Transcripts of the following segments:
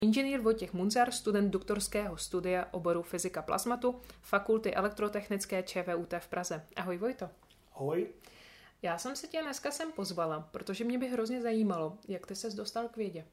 Inženýr Vojtěch Munzar, student doktorského studia oboru fyzika plazmatu, Fakulty elektrotechnické ČVUT v Praze. Ahoj Vojto. Ahoj. Já jsem se tě dneska sem pozvala, protože mě by hrozně zajímalo, jak ty ses dostal k vědě.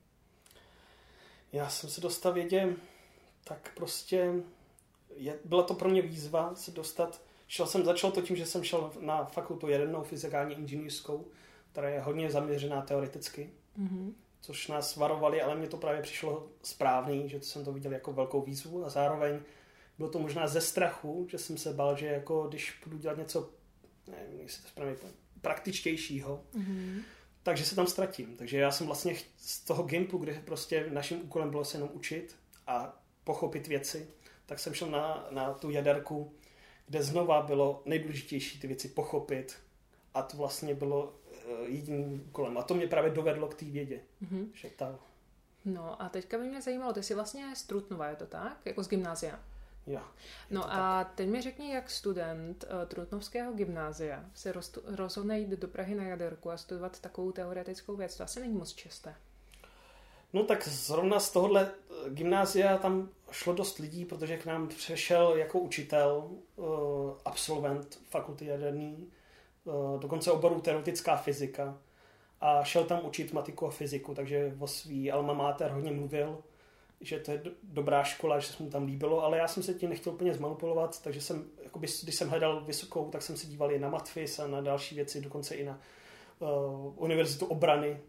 Já jsem se dostal k vědě, tak prostě byla to pro mě výzva se dostat. Začal to tím, že jsem šel na fakultu jadernou fyzikálně inženýrskou, která je hodně zaměřená teoreticky, což nás varovali, ale mně to právě přišlo správný, že jsem to viděl jako velkou výzvu a zároveň bylo to možná ze strachu, že jsem se bál, že jako když budu dělat něco, nevím, jestli to správně praktičtějšího, takže se tam ztratím. Takže já jsem vlastně z toho Gimplu, kde prostě naším úkolem bylo se jenom učit a pochopit věci, tak jsem šel na tu jaderku, kde znova bylo nejdůležitější ty věci pochopit a to vlastně bylo jediným úkolem. A to mě právě dovedlo k té vědě. Že No a teďka by mě zajímalo, ty jsi vlastně z Trutnova, je to tak? Jako z gymnázia? Jo. No a teď mi řekni, jak student Trutnovského gymnázia se rozhodne jít do Prahy na jaderku a studovat takovou teoretickou věc. To asi není moc časté. No tak zrovna z tohohle gymnázia tam šlo dost lidí, protože k nám přešel jako učitel absolvent fakulty jaderný, dokonce oboru teoretická fyzika a šel tam učit matiku a fyziku, takže o svý alma mater hodně mluvil, že to je dobrá škola, že se mu tam líbilo, ale já jsem se tím nechtěl úplně zmanipulovat, takže jsem, jakoby, když jsem hledal vysokou, tak jsem se díval i na matfis a na další věci, dokonce i na univerzitu obrany,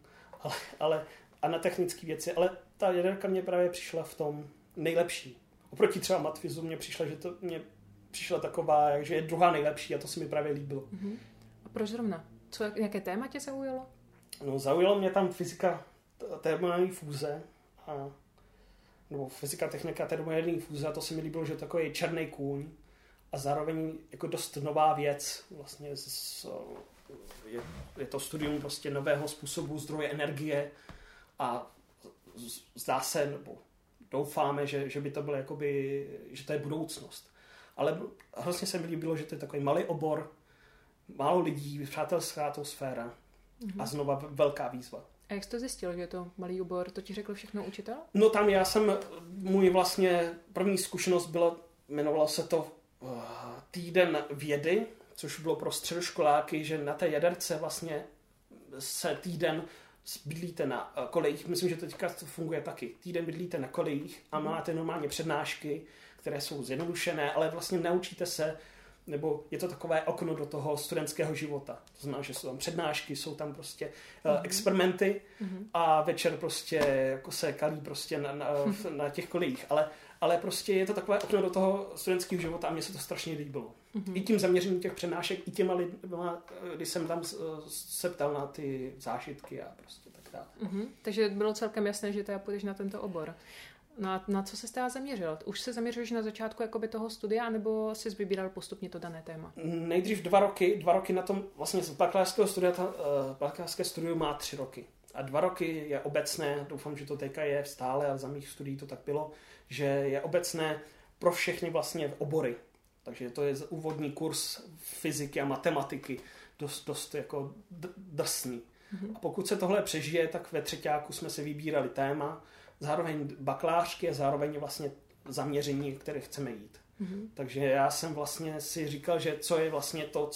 a na technické věci, ale ta jaderka mě právě přišla v tom nejlepší. Oproti třeba matfizu mě přišla taková, že je druhá nejlepší a to se mi právě líbilo. A proč zrovna? Jaké téma tě zaujalo? No, zaujalo mě tam fyzika termální fúze nebo fyzika technika termální fúze a to se mi líbilo, že je takový černý kůň a zároveň jako dost nová věc. Vlastně je to studium prostě nového způsobu zdroje energie a zdá se, nebo doufáme, že by to bylo jakoby, že to je budoucnost. Ale hrozně se mi líbilo, že to je takový malý obor, málo lidí, přátelská atmosféra a znova velká výzva. A jak jsi to zjistil, že je to malý obor? To ti řekl všechno učitel? No tam můj vlastně první zkušenost jmenovalo se to Týden vědy, což bylo pro středoškoláky, že na té jaderce vlastně se týden bydlíte na kolejích, myslím, že to teďka funguje taky. Týden bydlíte na kolejích a máte normálně přednášky, které jsou zjednodušené, ale vlastně naučíte se, nebo je to takové okno do toho studentského života. To znamená, že jsou tam přednášky, jsou tam prostě experimenty a večer prostě jako se kalí prostě na těch kolejích. Ale prostě je to takové okno do toho studentského života a mně se to strašně líbilo. I tím zaměřením těch přednášek, i těma lidma, když jsem tam se ptal na ty zážitky a prostě tak dále. Takže bylo celkem jasné, že teda půjdeš na tento obor. Na co se teda zaměřil? Už se zaměřuješ na začátku jakoby toho studia, nebo jsi vybíral postupně to dané téma? Nejdřív 2 roky na tom, vlastně z bakalářského studia, bakalářské studium má 3 roky. A 2 roky je obecné, doufám, že to teďka je stále, ale za mých studií to tak bylo, že je obecné pro všechny vlastně obory. Takže to je úvodní kurz fyziky a matematiky, dost jako drsný. A pokud se tohle přežije, tak ve třeťáku jsme si vybírali téma, zároveň bakalářky a zároveň vlastně zaměření, které chceme jít. Takže já jsem vlastně si říkal, že co je vlastně to,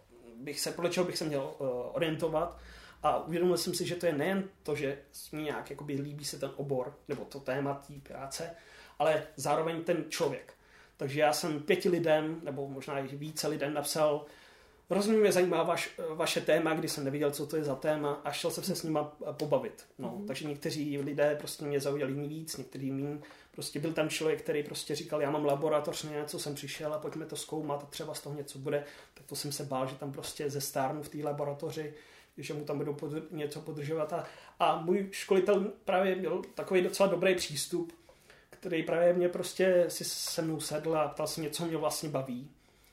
podle čeho bych se měl orientovat a uvědomil jsem si, že to je nejen to, že mě nějak jakoby líbí se ten obor nebo to téma té práce, ale zároveň ten člověk. Takže já jsem 5 lidem, nebo možná i více lidem napsal, hrozně mě zajímá vaše téma, kdy jsem nevěděl, co to je za téma a šel jsem se s nima pobavit. No, takže někteří lidé prostě mě zaujali víc, některý míň. Prostě byl tam člověk, který prostě říkal, já mám laboratoř, na něco jsem přišel a pojďme to zkoumat a třeba z toho něco bude. Tak to jsem se bál, že tam prostě zestárnu v té laboratoři, že mu tam budou něco podržovat. A můj školitel právě měl takový docela dobrý přístup, který právě mě prostě si se mnou sedl a ptal se mě, co mě vlastně baví.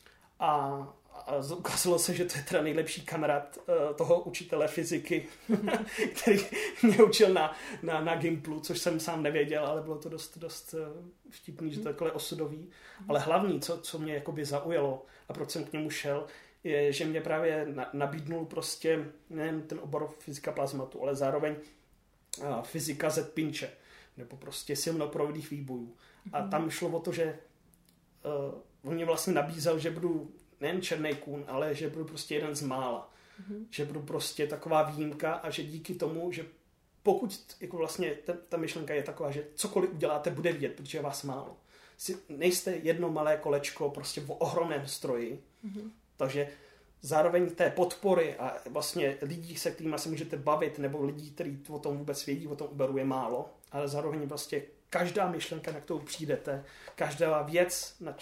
A ukázalo se, že to je teda nejlepší kamarád toho učitele fyziky, který mě učil na Gimplu, což jsem sám nevěděl, ale bylo to dost vtipný, že to je takhle osudový. Ale hlavní, co mě jakoby zaujalo a proč jsem k němu šel, je, že mě právě nabídnul prostě nejen ten obor fyzika plazmatu, ale zároveň fyzika Z Pinče. nebo prostě silnoprovodných výbojů. A tam šlo o to, že on mě vlastně nabízel, že budu nejen černý kůň, ale že budu prostě jeden z mála. Že budu prostě taková výjimka a že díky tomu, že pokud jako vlastně ta myšlenka je taková, že cokoliv uděláte, bude vidět, protože je vás málo. Nejste jedno malé kolečko prostě v ohromném stroji, takže zároveň té podpory a vlastně lidí, se kterými se můžete bavit, nebo lidí, kteří o tom vůbec vědí, o tom Uberu je málo, ale zároveň vlastně každá myšlenka, na kterou přijdete, každá věc, na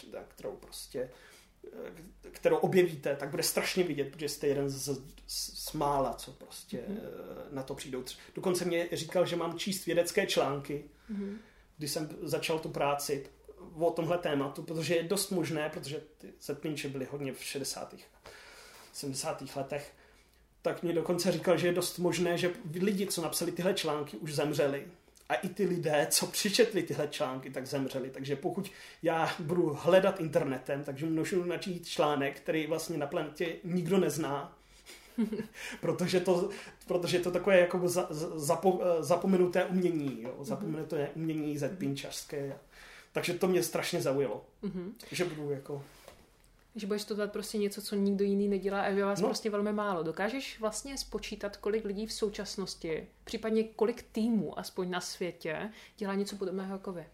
kterou objevíte, tak bude strašně vidět, protože jste jeden z mála, co prostě na to přijdou. Dokonce mě říkal, že mám číst vědecké články, když jsem začal tu práci o tomhle tématu, protože je dost možné, protože ty zetmínče byly hodně v 60. 70. letech, tak mě dokonce říkal, že je dost možné, že lidi, co napsali tyhle články, už zemřeli. A i ty lidé, co přičetli tyhle články, tak zemřeli. Takže pokud já budu hledat internetem, takže můžu načít článek, který vlastně na planetě nikdo nezná, protože to takové jako zapomenuté umění, jo? Zapomenuté umění zetpínčařské. Takže to mě strašně zaujalo. Že budu jako... Že budeš studovat prostě něco, co nikdo jiný nedělá a je vás prostě velmi málo. Dokážeš vlastně spočítat, kolik lidí v současnosti, případně kolik týmů, aspoň na světě, dělá něco podobného jako vy?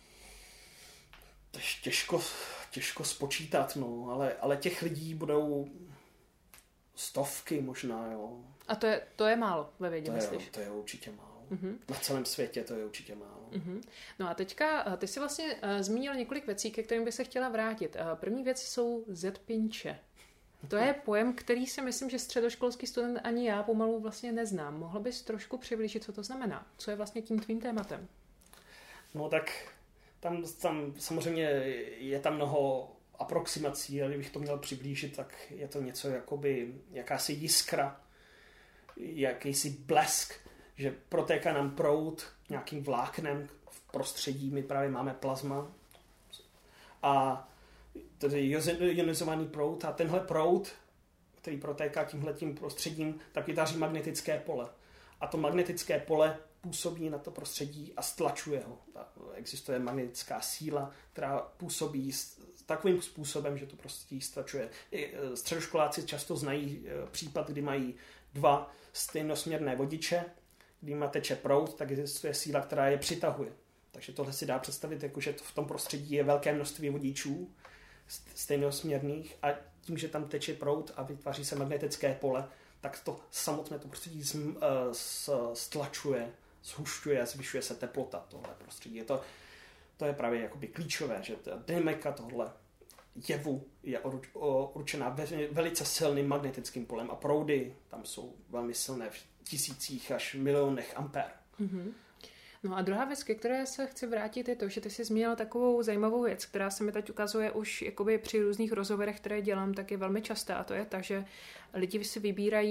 To je těžko spočítat, no, ale těch lidí budou stovky možná, jo. A to je málo ve vědě, myslíš? To je určitě málo. Na celém světě to je určitě málo. No a teďka, ty jsi vlastně zmínil několik věcí, ke kterým bych se chtěla vrátit. První věc jsou zetpínče. To je pojem, který si myslím, že středoškolský student ani já pomalu vlastně neznám. Mohl bys trošku přiblížit, co to znamená? Co je vlastně tím tvým tématem? No tak tam samozřejmě je tam mnoho aproximací, ale kdybych to měl přiblížit, tak je to něco jakoby jakási jiskra, jakýsi blesk, že protéká nám proud nějakým vláknem v prostředí, my právě máme plazma a tedy ionizovaný proud a tenhle proud, který protéká tímhletím prostředím, tak vytváří magnetické pole. A to magnetické pole působí na to prostředí a stlačuje ho. Existuje magnetická síla, která působí takovým způsobem, že to prostředí stlačuje. Středoškoláci často znají případ, kdy mají dva stejnosměrné vodiče, když teče proud, tak existuje síla, která je přitahuje. Takže tohle si dá představit, jako že v tom prostředí je velké množství vodičů stejnosměrných a tím, že tam teče proud a vytváří se magnetické pole, tak to samotné to prostředí stlačuje, zhušťuje a zvyšuje se teplota tohle prostředí. To je právě jakoby klíčové, že ta dynamika tohle jevu je určená velice silným magnetickým polem a proudy tam jsou velmi silné v tisících až milionech ampér. No a druhá věc, ke které se chci vrátit, je to, že ty jsi zmínil takovou zajímavou věc, která se mi teď ukazuje už jakoby při různých rozhovorech, které dělám, tak je velmi častá, a to je ta, že lidi si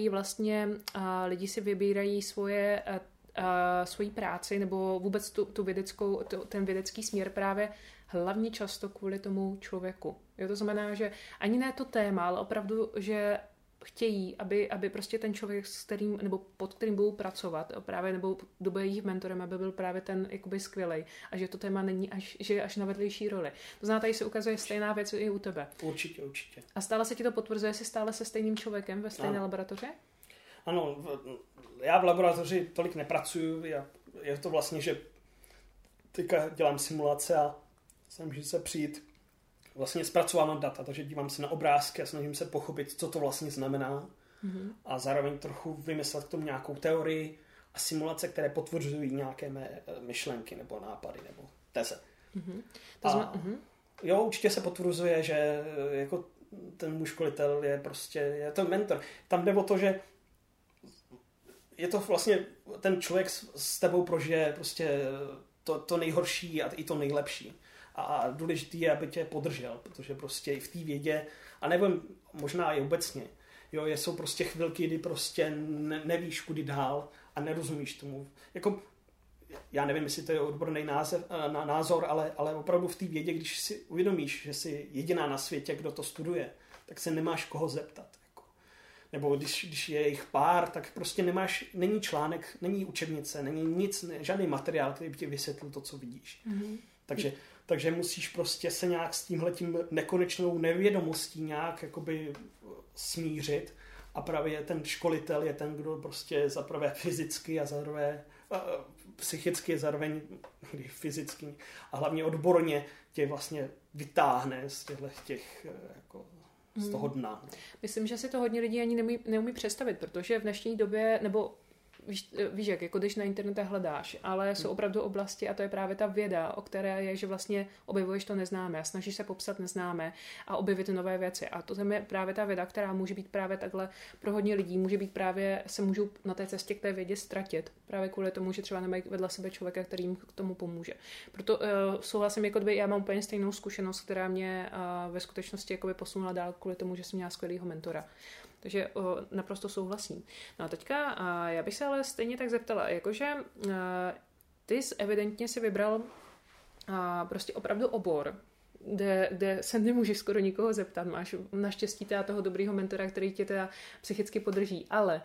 vybírají svoji práci nebo vůbec ten vědecký směr právě hlavně často kvůli tomu člověku. Jo, to znamená, že ani ne to téma, ale opravdu, že chtějí, aby prostě ten člověk, s kterým, nebo pod kterým budou pracovat, právě, nebo kdo bude jejich mentorem, aby byl právě ten jakoby skvělej a že to téma není že je až na vedlejší roli. To znamená, tady se ukazuje stejná věc i u tebe. Určitě. A stále se ti to potvrzuje, jsi stále se stejným člověkem ve stejné laboratoři? Ano, já v laboratoři tolik nepracuju, je to vlastně, že teďka dělám simulace a snažím se přijít, vlastně zpracovávám data, takže dívám se na obrázky a snažím se pochopit, co to vlastně znamená a zároveň trochu vymyslet k tomu nějakou teorii a simulace, které potvrzují nějaké mé myšlenky nebo nápady nebo teze. Jo, určitě se potvrzuje, že jako ten můj školitel je to mentor. Tam jde o to, že je to vlastně, ten člověk s tebou prožije prostě to nejhorší a i to nejlepší. A důležitý je, aby tě podržel, protože prostě i v té vědě, a nebo možná i obecně, jo, jsou prostě chvilky, kdy prostě nevíš, kudy dál a nerozumíš tomu. Jako, já nevím, jestli to je odborný názor, ale opravdu v té vědě, když si uvědomíš, že jsi jediná na světě, kdo to studuje, tak se nemáš koho zeptat. Jako. nebo když je jich pár, tak prostě není článek, není učebnice, není nic, žádný materiál, který by ti vysvětlil to, co vidíš. Takže musíš prostě se nějak s tímhletím nekonečnou nevědomostí nějak jakoby smířit a právě ten školitel je ten, kdo prostě zaprvé fyzicky a zároveň psychicky, zároveň fyzicky a hlavně odborně tě vlastně vytáhne z těch jako z toho dna. Myslím, že si to hodně lidí ani neumí představit, protože v dnešní době, nebo víš jak, jako když na internete hledáš, ale jsou opravdu oblasti a to je právě ta věda, o které je, že vlastně objevuješ to neznámé a snažíš se popsat neznámé a objevit nové věci. A to je právě ta věda, která může být právě takhle pro hodně lidí, může být právě, se můžou na té cestě k té vědě ztratit, právě kvůli tomu, že třeba nemají vedle sebe člověka, který jim k tomu pomůže. Proto souhlasím, jako kdyby já mám úplně stejnou zkušenost, která mě ve skutečnosti jakoby posunula dál kvůli tomu, že jsem měla skvělýho mentora. Takže naprosto souhlasím. No a teďka já bych se ale stejně tak zeptala, jakože ty jsi evidentně si vybral prostě opravdu obor, kde se nemůžeš skoro nikoho zeptat. Máš naštěstí teda toho dobrýho mentora, který tě teda psychicky podrží, ale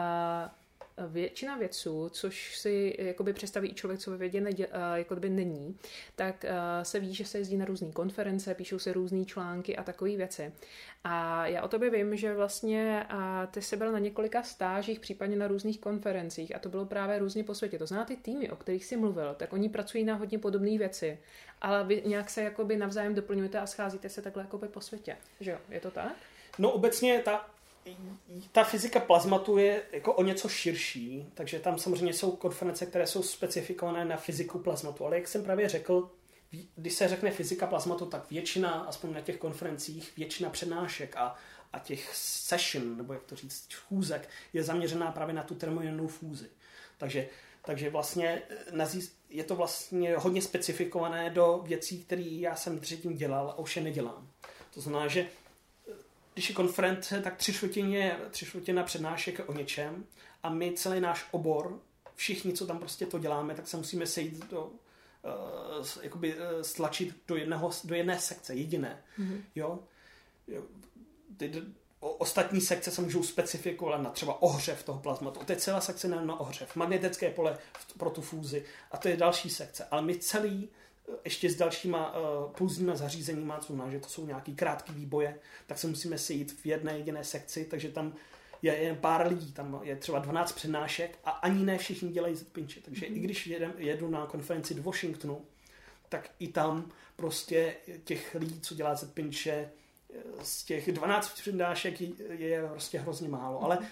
většina vědců, což si jakoby představí i člověk, co ve vědě jakoby není, tak se ví, že se jezdí na různé konference, píšou se různé články a takové věci. A já o tobě vím, že vlastně ty jsi byl na několika stážích, případně na různých konferencích a to bylo právě různě po světě. To znamená, ty týmy, o kterých jsi mluvil, tak oni pracují na hodně podobné věci, ale vy nějak se jakoby navzájem doplňujete a scházíte se takhle jakoby po světě. Že jo? Je to tak? No obecně ta fyzika plazmatu je jako o něco širší, takže tam samozřejmě jsou konference, které jsou specifikované na fyziku plazmatu, ale jak jsem právě řekl, když se řekne fyzika plazmatu, tak většina, aspoň na těch konferencích, většina přednášek a těch session, nebo jak to říct, schůzek, je zaměřená právě na tu termoionovou fúzi. Takže vlastně je to vlastně hodně specifikované do věcí, které já jsem předtím dělal a už je nedělám. To znamená, že když je konference, tak 3/4 přednášek o něčem a my celý náš obor, všichni, co tam prostě to děláme, tak se musíme sejít stlačit do jedné sekce, jediné. Mm-hmm. Jo? Ostatní sekce se můžou specifikovat na třeba ohřev toho plazmatu. To je celá sekce na ohřev, magnetické pole pro tu fúzi a to je další sekce. Ale my celý ještě s dalšíma pulzníma zařízeníma, co znamená, že to jsou nějaký krátký výboje, tak se musíme sejít v jedné jediné sekci, takže tam je jen pár lidí, tam je třeba 12 přednášek a ani ne všichni dělají Z-pinče. Takže i když jedu na konferenci do Washingtonu, tak i tam prostě těch lidí, co dělá Z-pinče, z těch 12 přednášek je prostě hrozně málo. Ale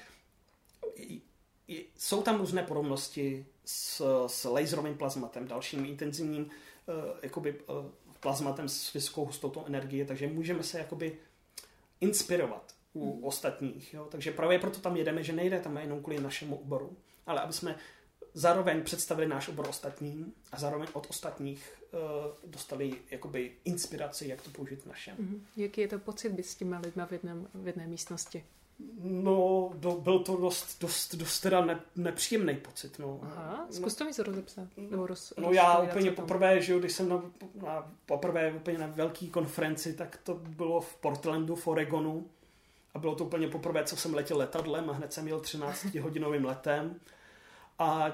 jsou tam různé podobnosti s laserovým plazmatem, dalším intenzivním plazmatem s vysokou hustotou energie, takže můžeme se jakoby inspirovat u ostatních. Jo? Takže právě proto tam jedeme, že nejde tam jenom kvůli našemu oboru, ale aby jsme zároveň představili náš obor ostatním a zároveň od ostatních dostali jakoby inspiraci, jak to použít v našem. Jaký je to pocit být s těmi lidmi v jedné místnosti? No, byl to dost teda nepříjemný pocit. No. Aha, zkus to víc rozepsat. Já úplně poprvé, že když jsem poprvé úplně na velké konferenci, tak to bylo v Portlandu, v Oregonu. A bylo to úplně poprvé, co jsem letěl letadlem a hned jsem jel 13-hodinovým letem. A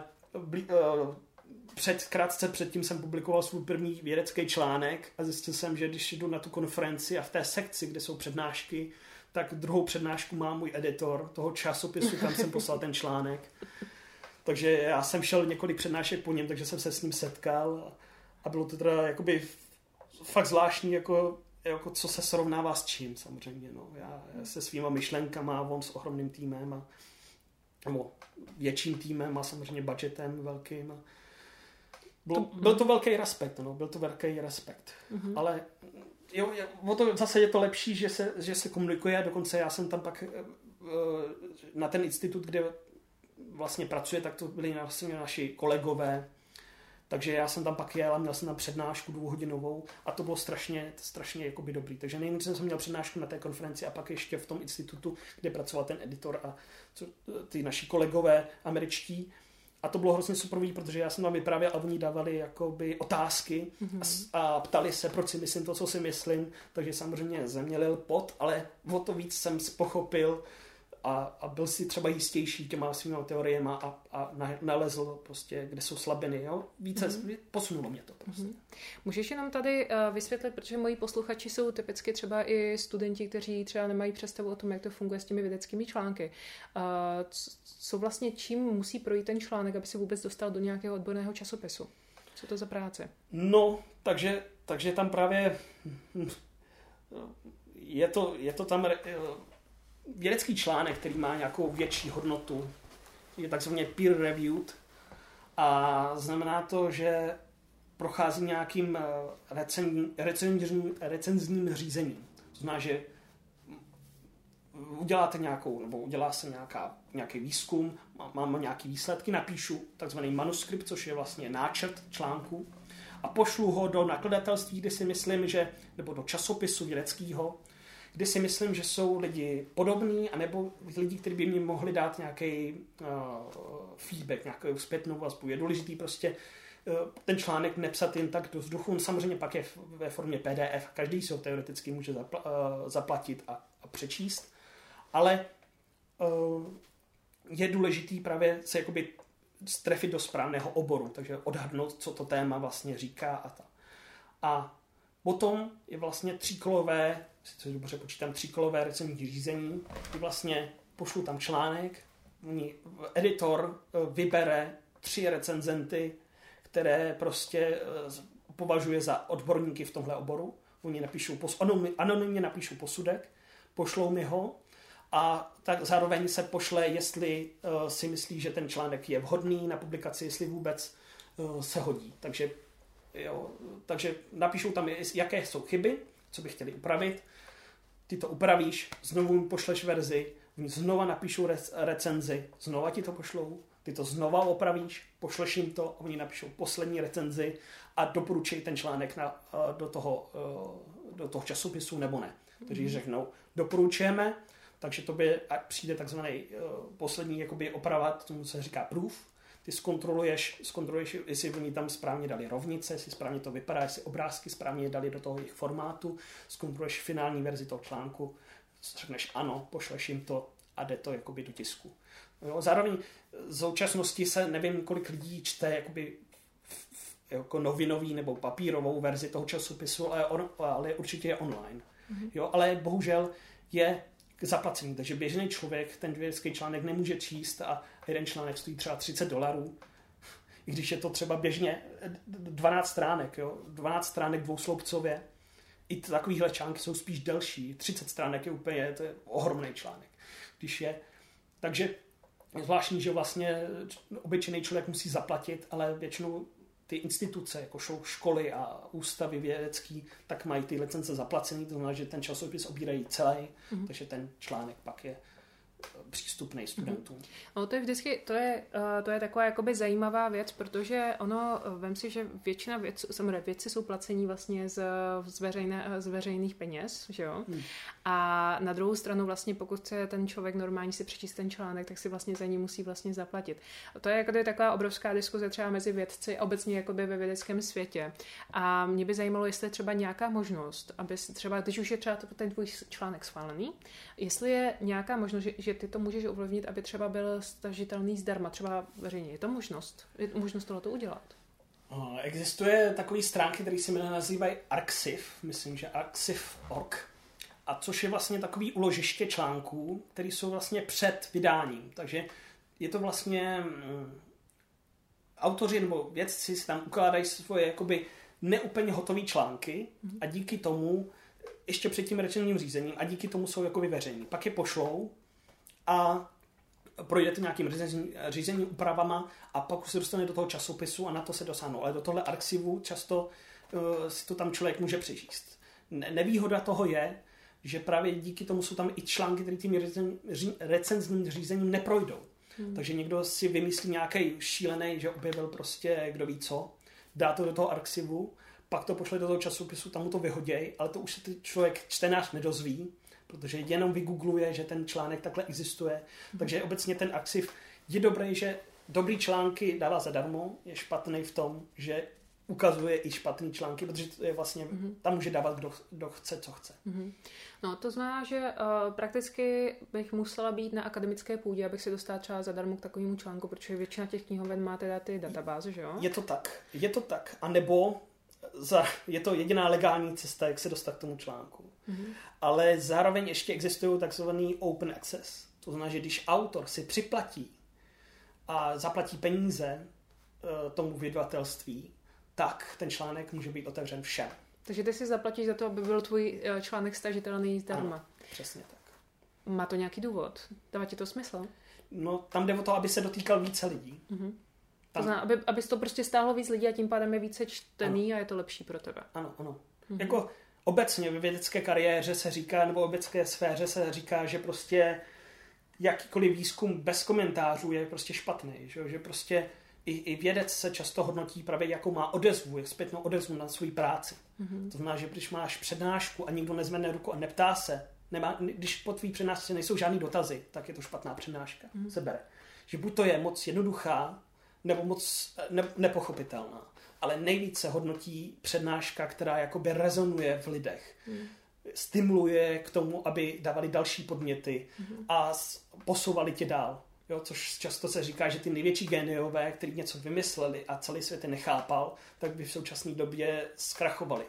krátce předtím jsem publikoval svůj první vědecký článek a zjistil jsem, že když jdu na tu konferenci a v té sekci, kde jsou přednášky, tak druhou přednášku má můj editor toho časopisu, kam jsem poslal ten článek. Takže já jsem šel několik přednášek po něm, takže jsem se s ním setkal a bylo to teda jakoby fakt zvláštní, jako co se srovnává s čím samozřejmě. No. Já se svýma myšlenkama, on s ohromným týmem nebo větším týmem a samozřejmě budgetem velkým. Byl to velký respekt, Mm-hmm. Ale zase je to lepší, že se komunikuje. Dokonce já jsem tam pak na ten institut, kde vlastně pracuje, tak to byli vlastně naši kolegové. Takže já jsem tam pak jel a měl jsem tam přednášku 2hodinovou a to bylo strašně jakoby dobrý. Takže nejdřív jsem měl přednášku na té konferenci a pak ještě v tom institutu, kde pracoval ten editor a ty naši kolegové američtí. A to bylo hrozně superový, protože já jsem tam vyprávěl a oni dávali jakoby otázky a ptali se, proč si myslím to, co si myslím. Takže samozřejmě ze mě lil pot, ale o to víc jsem pochopil a byl si třeba jistější těma svýma teoriema a nalezl prostě, kde jsou slabiny. Jo? Více posunulo mě to prostě. Můžeš jenom tady vysvětlit, protože moji posluchači jsou typicky třeba i studenti, kteří třeba nemají představu o tom, jak to funguje s těmi vědeckými články. Co vlastně čím musí projít ten článek, aby se vůbec dostal do nějakého odborného časopisu? Co to za práce? No, takže tam právě je to tam vědecký článek, který má nějakou větší hodnotu, je takzvaně peer reviewed a znamená to, že prochází nějakým recenzním řízením. To znamená, že uděláte udělá se nějaký výzkum, mám nějaký výsledky, napíšu takzvaný manuskript, což je vlastně náčrt článku a pošlu ho do nakladatelství, kde si myslím, nebo do časopisu vědeckého, kdy si myslím, že jsou lidi podobní, anebo lidi, kteří by mi mohli dát nějaký feedback, nějakou zpětnou vazbu. Je důležitý prostě ten článek nepsat jen tak do vzduchu. On samozřejmě pak je ve formě PDF. Každý si ho teoreticky může zaplatit a přečíst. Ale je důležitý právě se jakoby strefit do správného oboru, takže odhadnout, co to téma vlastně říká a potom je vlastně tříkolové, sice dobře počítám, tříkolové recenzní řízení, kdy vlastně pošlu tam článek, editor vybere 3 recenzenty, které prostě považuje za odborníky v tomhle oboru. Oni anonymně napíšou posudek, pošlou mi ho a tak zároveň se pošle, jestli si myslí, že ten článek je vhodný na publikaci, jestli vůbec se hodí. Takže napíšou tam, jaké jsou chyby, co by chtěli upravit. Ty to upravíš, znovu jim pošleš verzi, znova napíšou recenzi, znova ti to pošlou, ty to znova opravíš, pošleš jim to, oni napíšou poslední recenzi a doporučí ten článek do toho časopisu nebo ne. Takže řeknou, doporučujeme, takže tobě přijde takzvaný poslední jakoby oprava, tomu se říká proof. Ty zkontroluješ, jestli oni tam správně dali rovnice, jestli správně to vypadá, jestli obrázky správně dali do toho jejich formátu, zkontroluješ finální verzi toho článku, řekneš ano, pošleš jim to a jde to jakoby do tisku. Jo, zároveň z současnosti se nevím, kolik lidí čte jakoby jako novinový nebo papírovou verzi toho časopisu, ale určitě je online. Jo, ale bohužel je k zaplacení, takže běžný člověk ten vědecký článek nemůže číst a jeden článek stojí třeba $30, i když je to třeba běžně 12 stránek, jo? 12 stránek dvousloupcově. I takovýhle články jsou spíš delší, 30 stránek je úplně, to je ohromný článek. Takže zvláštní, že vlastně obyčejný člověk musí zaplatit, ale většinou ty instituce, jako školy a ústavy vědecký, tak mají ty licence zaplacený, to znamená, že ten časopis obírají celý, takže ten článek pak je přístupný studentům. No to je vždycky, to je taková jakoby zajímavá věc, protože ono, vem si, že většina vědci jsou placení vlastně z veřejných peněz, že jo? A na druhou stranu vlastně, pokud chce ten člověk normálně si přečíst ten článek, tak si vlastně za ní musí vlastně zaplatit. To je jakoby taková obrovská diskuze třeba mezi vědci, obecně jakoby ve vědeckém světě. A mě by zajímalo, jestli je třeba nějaká možnost, aby třeba, když už je třeba ten tvůj článek schválený, jestli je nějaká možnost, že ty to můžeš ovlivnit, aby třeba byl stažitelný zdarma, třeba veřejně. Je to možnost? Je možnost tohleto udělat? Existuje takový stránky, které se nazývají Arxiv, myslím, že arxiv.org, a což je vlastně takový uložiště článků, které jsou vlastně před vydáním. Takže je to vlastně autoři nebo vědci si tam ukládají svoje jakoby neúplně hotové články a díky tomu ještě před tím recenzním řízením a díky tomu jsou jako veřejní. Pak je pošlou a projde to nějakým řízením úpravama a pak se dostane do toho časopisu a na to se dosáhnou. Ale do tohle archivu často si to tam člověk může přečíst. Nevýhoda toho je, že právě díky tomu jsou tam i články, které tím recenzním řízením neprojdou. Takže někdo si vymyslí nějaký šílený, že objevil prostě kdo ví co, dá to do toho archivu, pak to pošle do toho časopisu, tam mu to vyhoděj, ale to už se člověk, čtenář nedozví, protože jenom vygoogluje, že ten článek takhle existuje. Takže obecně ten archiv je dobrý, že dobrý články dává zadarmo, je špatný v tom, že ukazuje i špatný články, protože to je vlastně, tam může dávat kdo chce, co chce. No, to znamená, že prakticky bych musela být na akademické půdě, abych si dostala třeba zadarmo k takovému článku, protože většina těch knihoven má teda ty databáze, že jo? Je to tak. A nebo je to jediná legální cesta, jak se dostat k tomu článku. Ale zároveň ještě existují takzvaný open access. To znamená, že když autor si připlatí a zaplatí peníze tomu vydavatelství, tak ten článek může být otevřen všem. Takže ty si zaplatíš za to, aby byl tvůj článek stažitelný zdarma. Ano, přesně tak. Má to nějaký důvod? Dává ti to smysl? No, tam jde o to, aby se dotýkal více lidí. To znamená, aby to prostě stáhlo víc lidí a tím pádem je více čtený a je to lepší pro tebe. Ano. Jako obecně ve vědecké kariéře se říká, nebo v vědecké sféře se říká, že prostě jakýkoliv výzkum bez komentářů je prostě špatný. Že prostě i vědec se často hodnotí právě, jakou má odezvu, jak zpětnou odezvu na svou práci. To znamená, že když máš přednášku a nikdo nezvedne ruku a neptá se, když po tvý přednášce nejsou žádný dotazy, tak je to špatná přednáška. Se bere. Že buď to je moc jednoduchá, nebo moc nepochopitelná. Ale nejvíce hodnotí přednáška, která jakoby rezonuje v lidech. Stimuluje k tomu, aby dávali další podněty a posouvali tě dál. Jo, což často se říká, že ty největší géniové, kteří něco vymysleli a celý svět je nechápal, tak by v současné době zkrachovali.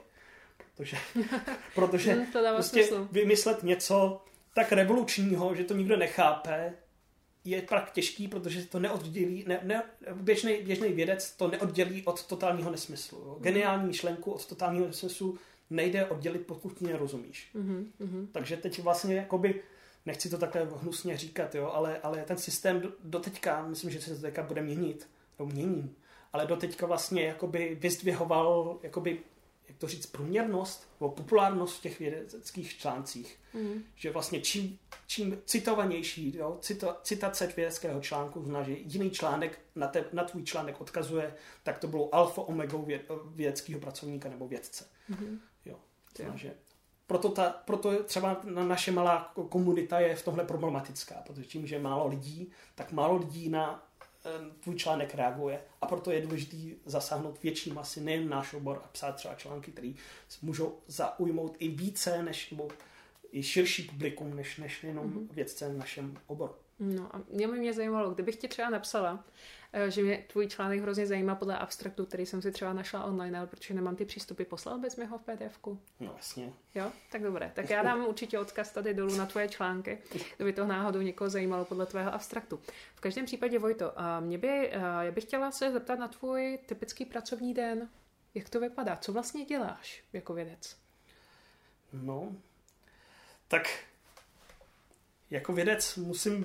Protože prostě vymyslet něco tak revolučního, že to nikdo nechápe, je pak těžký, protože to neoddělí, běžný vědec to neoddělí od totálního nesmyslu. Jo. Geniální myšlenku od totálního nesmyslu nejde oddělit, pokud ti nerozumíš. Takže teď vlastně jakoby, nechci to takhle hnusně říkat, jo, ale ten systém doteďka, myslím, že se to teďka bude měnit, nebo mění, ale doteďka vlastně jakoby vyzdvihoval, jakoby, jak to říct, průměrnost nebo populárnost v těch vědeckých článcích. Že vlastně čím citovanější, jo, citace vědeckého článku, znamená, že jiný článek na tvůj článek odkazuje, tak to bylo alfa omegou vědeckého pracovníka nebo vědce. Jo, znamená, že proto třeba naše malá komunita je v tomhle problematická, protože tím, že je málo lidí, tak málo lidí na tvůj článek reaguje a proto je důležité zasáhnout větší masy, nejen náš obor a psát třeba články, které můžou zaujmout i více, nebo i širší publikum, než jenom vědce v našem oboru. No a mě zajímalo, kdybych ti třeba napsala, že mě tvůj článek hrozně zajímá podle abstraktu, který jsem si třeba našla online, ale protože nemám ty přístupy, poslal bys mi ho v PDF-ku? No jasně. Jo, tak dobré. Tak já dám určitě odkaz tady dolů na tvoje články, kdyby to náhodou někoho zajímalo podle tvého abstraktu. V každém případě, Vojto, já bych chtěla se zeptat na tvůj typický pracovní den. Jak to vypadá? Co vlastně děláš jako vědec? No, tak jako vědec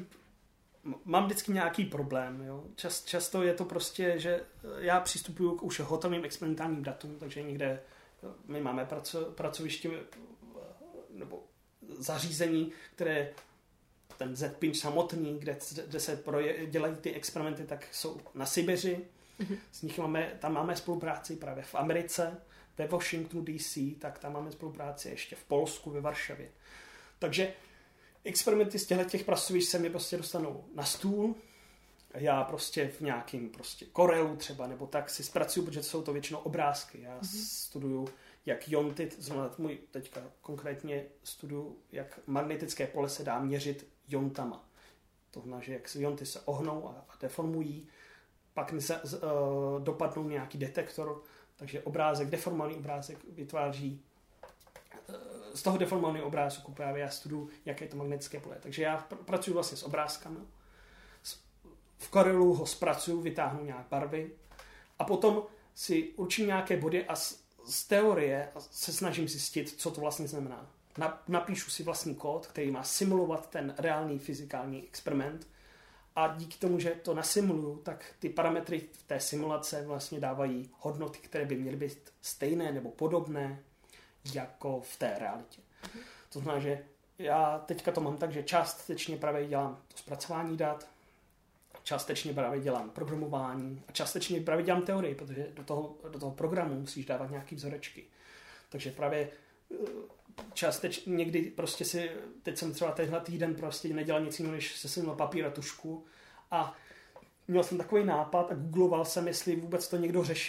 mám vždycky nějaký problém. Jo. Často je to prostě, že já přistupuju k už hotovým experimentálním datům, takže někde my máme pracoviště nebo zařízení, které ten Z-pinch samotný, kde se dělají ty experimenty, tak jsou na Sibiři. Z nich tam máme spolupráci právě v Americe, ve Washingtonu DC, tak tam máme spolupráci ještě v Polsku, ve Varšavě. Takže experimenty z těch pracovišť se mi prostě dostanou na stůl. Já prostě v nějakým prostě Corelu třeba, nebo tak si zpracuju, protože jsou to většinou obrázky. Já studuju, jak jonty, znamená můj teďka konkrétně studuju, jak magnetické pole se dá měřit jontama. To znamená, že jak jonty se ohnou a deformují, pak se dopadnou nějaký detektor, takže deformovaný obrázek vytváří z toho deformovaného obrázku právě já studuju, jaké je to magnetické pole. Takže já pracuji vlastně s obrázkami. V Corelu ho zpracuju, vytáhnu nějak barvy a potom si určím nějaké body a z teorie se snažím zjistit, co to vlastně znamená. Napíšu si vlastní kód, který má simulovat ten reálný fyzikální experiment a díky tomu, že to nasimuluju, tak ty parametry v té simulace vlastně dávají hodnoty, které by měly být stejné nebo podobné jako v té realitě. To znamená, že já teďka to mám tak, že částečně právě dělám to zpracování dat, částečně právě dělám programování a částečně právě dělám teorii, protože do toho programu musíš dávat nějaký vzorečky. Takže právě částečně někdy prostě teď jsem třeba tenhle týden prostě nedělal nic jiného, než sesunul papír a tušku a měl jsem takový nápad a googloval jsem, jestli vůbec to někdo řešil.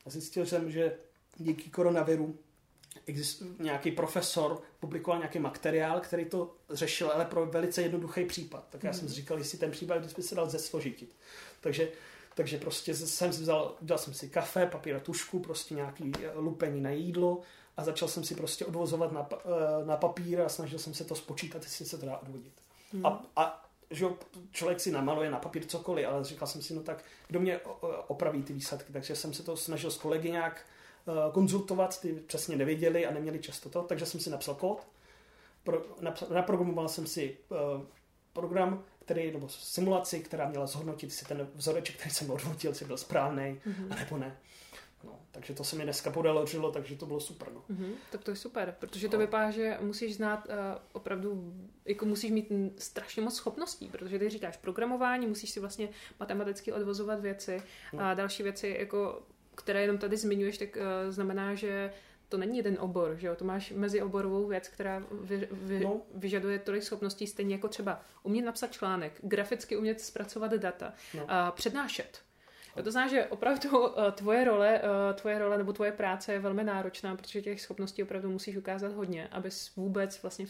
A zjistil jsem, že díky koronaviru nějaký profesor publikoval nějaký materiál, který to řešil, ale pro velice jednoduchý případ. Tak já jsem si říkal, jestli ten případ by se dal zesložitit. Takže prostě dal jsem si kafe, papír a tušku, prostě nějaký lupení na jídlo a začal jsem si prostě odvozovat na papír a snažil jsem se to spočítat, jestli se to dá odvodit. A že člověk si namaluje na papír cokoliv, ale říkal jsem si, no tak kdo mě opraví ty výsledky, takže jsem se to snažil s kolegy nějak konzultovat, ty přesně nevěděli a neměli často to, takže jsem si napsal kód, naprogramoval jsem si program, nebo simulaci, která měla zhodnotit, jestli ten vzoreček, který jsem odvodil, jestli byl správný, a nebo ne. No, takže to se mi dneska podařilo, takže to bylo super. No. Tak to je super, protože to vypadá, že musíš znát opravdu, jako musíš mít strašně moc schopností, protože ty říkáš programování, musíš si vlastně matematicky odvozovat věci a další věci, jako, které jenom tady zmiňuješ, tak znamená, že to není jeden obor, že jo? To máš mezioborovou věc, která vyžaduje tolik schopností, stejně jako třeba umět napsat článek, graficky umět zpracovat data, přednášet. To znamená, že opravdu tvoje role nebo tvoje práce je velmi náročná, protože těch schopností opravdu musíš ukázat hodně, abys vůbec vlastně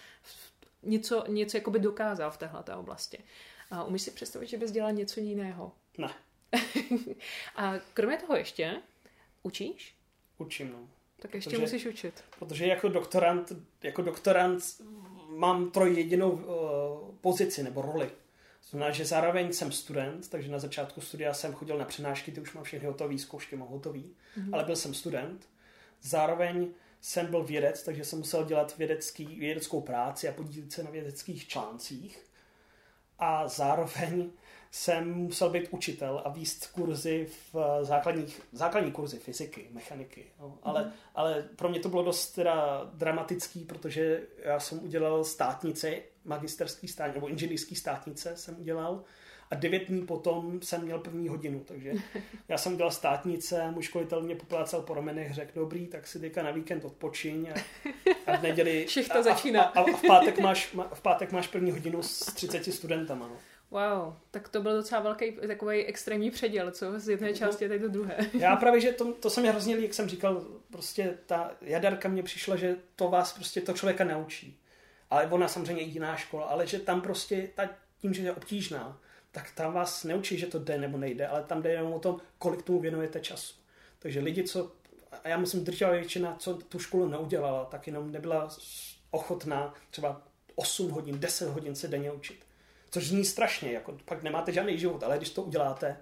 něco jakoby dokázal v téhleté oblasti. A umíš si představit, že bys dělal něco jiného? Ne. A kromě toho ještě učíš? Učím, no. Tak ještě musíš učit. Protože jako doktorant mám trojjedinou pozici nebo roli. Znamená, že zároveň jsem student, takže na začátku studia jsem chodil na přednášky, ty už mám všechny hotový, zkoušky mám hotový, ale byl jsem student. Zároveň jsem byl vědec, takže jsem musel dělat vědeckou práci a podílet se na vědeckých článcích. A zároveň jsem musel být učitel a vést kurzy v základní kurzy fyziky, mechaniky. No. Ale pro mě to bylo dost teda dramatický, protože já jsem udělal státnice, magisterský státnice, nebo inženýrský státnice jsem udělal a 9 dní potom jsem měl první hodinu, takže já jsem udělal státnice, můj školitel mě poplácal po ramenech, řekl, dobrý, tak si teďka na víkend odpočiň a v neděli a v pátek máš první hodinu s 30 studentama. No. Wow, tak to byl docela velký takový extrémní předěl, co? Z jedné části teď do druhé. Já právě, že to se mi hrozně líbí, jak jsem říkal, prostě ta jaderka mně přišla, že to vás prostě to člověka naučí. Ale ona samozřejmě je jiná škola, ale že tam prostě tím, že je obtížná, tak tam vás neučí, že to jde nebo nejde, ale tam jde jenom o tom, kolik tomu věnujete času. Takže lidi, a já myslím, drtivá většina, co tu školu neudělala, tak jenom nebyla ochotná třeba 8 hodin, 10 hodin se denně učit. Což zní strašně, jako pak nemáte žádný život, ale když to uděláte,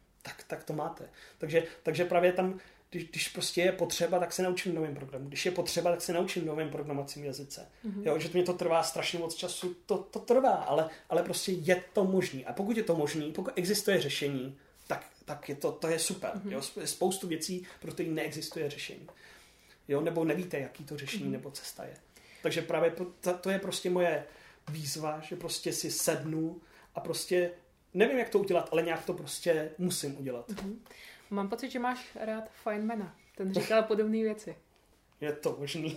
tak to máte. Takže právě tam, když prostě je potřeba, tak se naučím novým programu. Když je potřeba, tak se naučím novým programovacím jazyce. Jo, že mě to trvá strašně moc času, to trvá, ale prostě je to možný. A pokud je to možný, pokud existuje řešení, tak je to je super. Jo, je spoustu věcí, pro které neexistuje řešení. Jo, nebo nevíte, jaký to řešení nebo cesta je. Takže právě to je prostě moje výzva, že prostě si sednu a prostě nevím, jak to udělat, ale nějak to prostě musím udělat. Mám pocit, že máš rád Feynmana. Ten říkal podobné věci. Je to možný.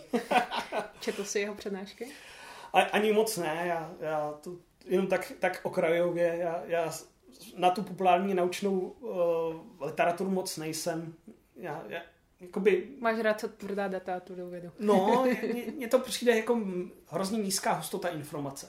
Četl jsi jeho přednášky? Ani moc ne. Já to jenom tak okrajově. Já na tu populární naučnou literaturu moc nejsem. Jakoby... Máš rád tvrdá data, tu vědu. No, mně to přijde jako hrozně nízká hustota informace.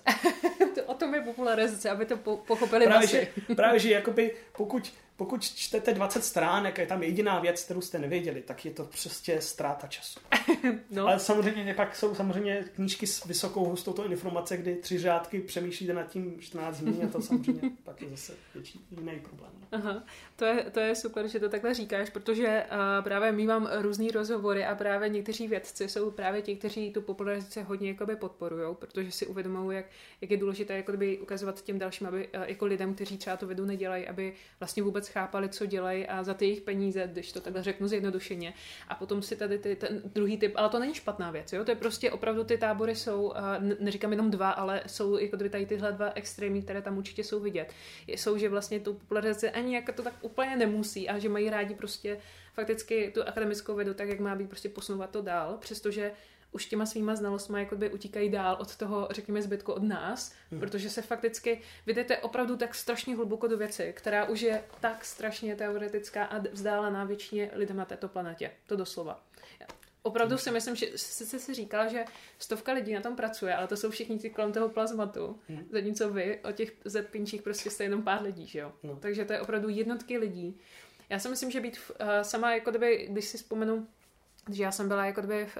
O tom je popularizace, aby to pochopili masy. Právě, že jakoby, pokud čtete 20 stránek a je tam jediná věc, kterou jste nevěděli, tak je to prostě ztráta času. No. Ale samozřejmě pak jsou samozřejmě knížky s vysokou hustotou informace, kdy 3 řádky přemýšlíte nad tím 14 dní a to samozřejmě pak je zase jiný problém. Aha, to je super, že to takhle říkáš, protože právě my mám různý rozhovory a právě někteří vědci jsou právě ti, kteří tu popularizaci hodně jakoby podporujou, protože si uvědomují, jak je důležité jakoby ukazovat těm dalším, aby jako lidem, kteří třeba tu vědu nedělají, aby vlastně vůbec chápali, co dělají a za ty jejich peníze, když to takhle řeknu zjednodušeně. A potom si tady ten druhý typ, ale to není špatná věc, jo? To je prostě opravdu ty tábory jsou, neříkám jenom 2, ale jsou jako tady tyhle 2 extrémní, které tam určitě jsou vidět. Jsou, že vlastně tu popularizaci ani jako to tak úplně nemusí a že mají rádi prostě fakticky tu akademickou vědu tak, jak má být, prostě posunovat to dál, přestože už těma svýma znalostma jakoby utíkají dál od toho, řekněme, zbytku od nás, protože se fakticky vyjdete opravdu tak strašně hluboko do věci, která už je tak strašně teoretická a vzdálená většině lidem na této planetě. To doslova. Opravdu si myslím, že sice si říkala, že 100 lidí na tom pracuje, ale to jsou všichni ti kolem toho plazmatu. Zatímco vy o těch Z-pinčích prostě jste jenom pár lidí, že jo? No. Takže to je opravdu jednotky lidí. Já si myslím, že být sama, jako kdyby, když si vzpomenu, že já jsem byla jako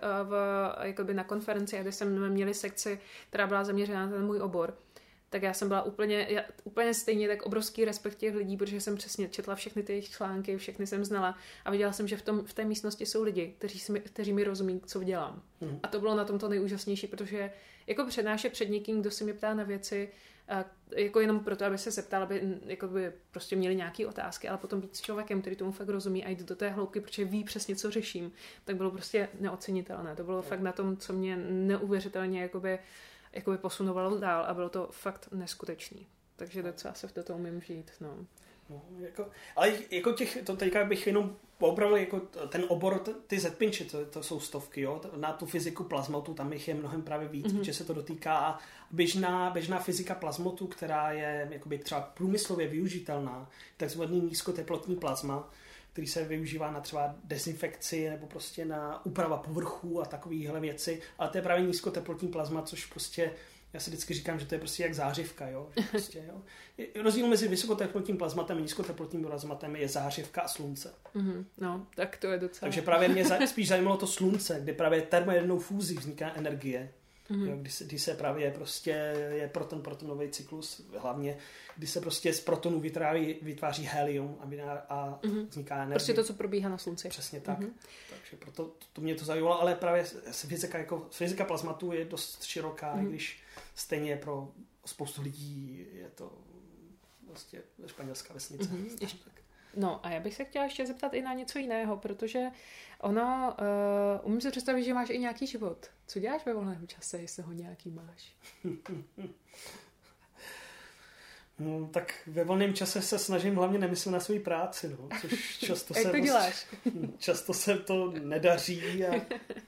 kdyby na konferenci, kde jsme měli sekci, která byla zaměřená na ten můj obor, tak já jsem byla úplně stejně tak obrovský respekt těch lidí, protože jsem přesně četla všechny ty jejich články, všechny jsem znala a viděla jsem, že v té místnosti jsou lidi, kteří mi rozumí, co dělám. A to bylo na tom to nejúžasnější, protože jako přednášet před někým, kdo se mě ptá na věci, jako jenom proto, aby se zeptal, aby jako by prostě měli nějaké otázky, ale potom být s člověkem, který tomu fakt rozumí a jít do té hloubky, protože ví přesně, co řeším, tak bylo prostě neocenitelné. To bylo fakt na tom, co mě neuvěřitelně jakoby posunovalo dál a bylo to fakt neskutečný. Takže docela se v toto umím žít, no. No, ale jako to teďka bych jenom opravdu jako ten obor, ty Z-pinči, to jsou stovky, jo, na tu fyziku plazmotu, tam jich je mnohem právě víc, protože se to dotýká běžná fyzika plazmotu, která je jakoby třeba průmyslově využitelná, takzvaný nízkoteplotní plazma, který se využívá na třeba dezinfekci nebo prostě na úprava povrchů a takovéhle věci, ale to je právě nízkoteplotní plazma, což prostě já si vždycky říkám, že to je prostě jak zářivka, jo. Prostě, jo. Rozdíl mezi vysokoteplotním plazmatem a nízkoteplotním plazmatem je zářivka a slunce. No, tak to je docela. Takže právě mě spíš zajímalo to slunce, kde právě termojednou fúzí vzniká energie. Jo, kdy se právě prostě je protonový cyklus hlavně, kdy se prostě z protonů vytváří helium a vzniká energie. Prostě to, co probíhá na slunci. Přesně tak. Takže proto to mě to zajímalo, ale právě fyzika plazmatu je dost široká, i když stejně pro spoustu lidí je to vlastně španělská vesnice. No a já bych se chtěla ještě zeptat i na něco jiného, protože umím si představit, že máš i nějaký život. Co děláš ve volném čase, jestli ho nějaký máš? No, tak ve volném čase se snažím hlavně nemyslet na svou práci, no, což často Jak to děláš? Často se to nedaří a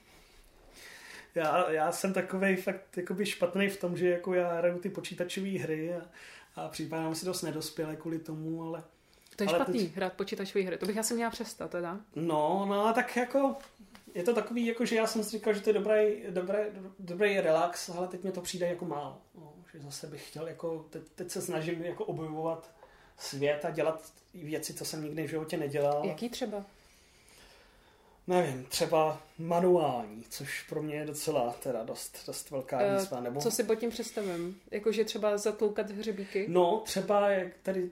já jsem takovej fakt jakoby špatný v tom, že jako já hraju ty počítačové hry a připadám si dost nedospělé kvůli tomu, ale to je špatný, hrát počítačové hry. To bych asi měla přestat, teda. No, tak jako je to takový, jako že já jsem si říkal, že to je dobrý relax, ale teď mě to přijde jako málo. No, že zase bych chtěl, jako teď se snažím jako objevovat svět a dělat věci, co jsem nikdy v životě nedělal. Jaký třeba? Nevím, třeba manuální, což pro mě je docela teda dost velká výzva. Nebo... Co si pod tím představím? Jakože třeba zatloukat hřebíky? No, třeba jak tady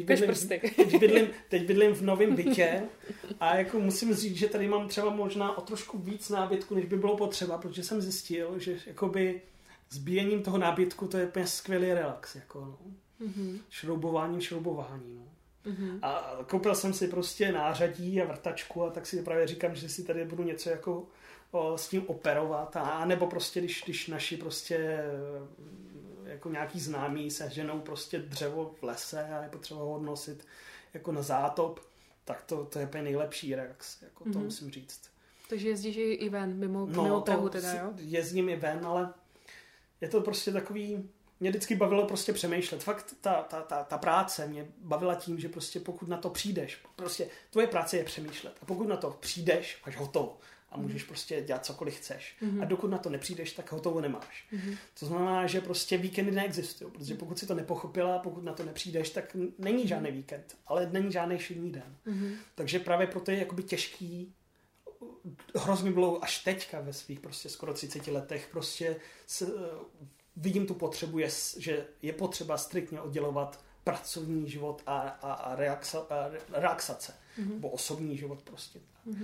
teď bydlím v novém bytě a jako musím říct, že tady mám třeba možná o trošku víc nábytku, než by bylo potřeba, protože jsem zjistil, že jakoby zbíjením toho nábytku to je úplně skvělý relax. Jako, no. Šroubování, no. A koupil jsem si prostě nářadí a vrtačku a tak si právě říkám, že si tady budu něco jako s tím operovat a nebo prostě když naši prostě jako nějaký známí se ženou prostě dřevo v lese a je potřeba ho odnosit jako na zátop, tak to je úplně nejlepší relax, jako to musím říct. Takže jezdíš i ven, mimo Prahu teda, jo? Jezdím i ven, ale je to prostě takový. Mě vždycky bavilo prostě přemýšlet. Fakt ta práce mě bavila tím, že prostě pokud na to přijdeš, prostě tvoje práce je přemýšlet. A pokud na to přijdeš, máš hotovo. A můžeš prostě dělat cokoliv chceš. A dokud na to nepřijdeš, tak hotovo nemáš. To znamená, že prostě víkendy neexistují. Protože pokud si to nepochopila, pokud na to nepřijdeš, tak není žádný víkend. Ale není žádný všední den. Takže právě proto je jakoby těžký. Hrozně bylo až teďka ve svých prostě skoro 30 letech prostě vidím tu potřebu, že je potřeba striktně oddělovat pracovní život a relaxace. Nebo osobní život prostě.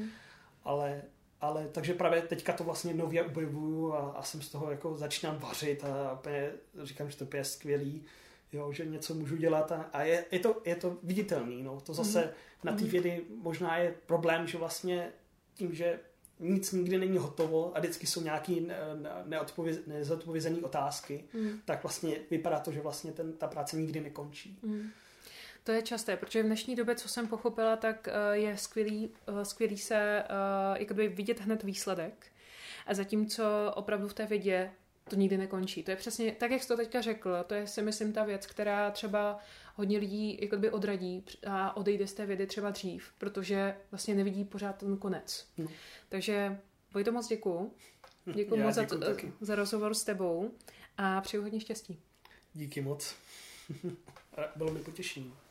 Ale takže právě teďka to vlastně nově objevuju a jsem z toho jako začínám vařit a úplně říkám, že to je skvělý, jo, že něco můžu dělat a je to viditelný. No. To zase na té vědy možná je problém, že vlastně tím, že nic nikdy není hotovo a vždycky jsou nějaké nezodpovězené otázky, tak vlastně vypadá to, že vlastně ta práce nikdy nekončí. To je časté, protože v dnešní době, co jsem pochopila, tak je skvělý se jakoby vidět hned výsledek. A zatímco opravdu v té vědě to nikdy nekončí. To je přesně, tak jak jsi to teďka řekl, to je si myslím ta věc, která třeba hodně lidí jakoby odradí a odejde z té vědy třeba dřív, protože vlastně nevidí pořád ten konec. No. Takže Vojto, moc děkuju. Děkuju moc za rozhovor s tebou a přeju hodně štěstí. Díky moc. Bylo mi potěšení.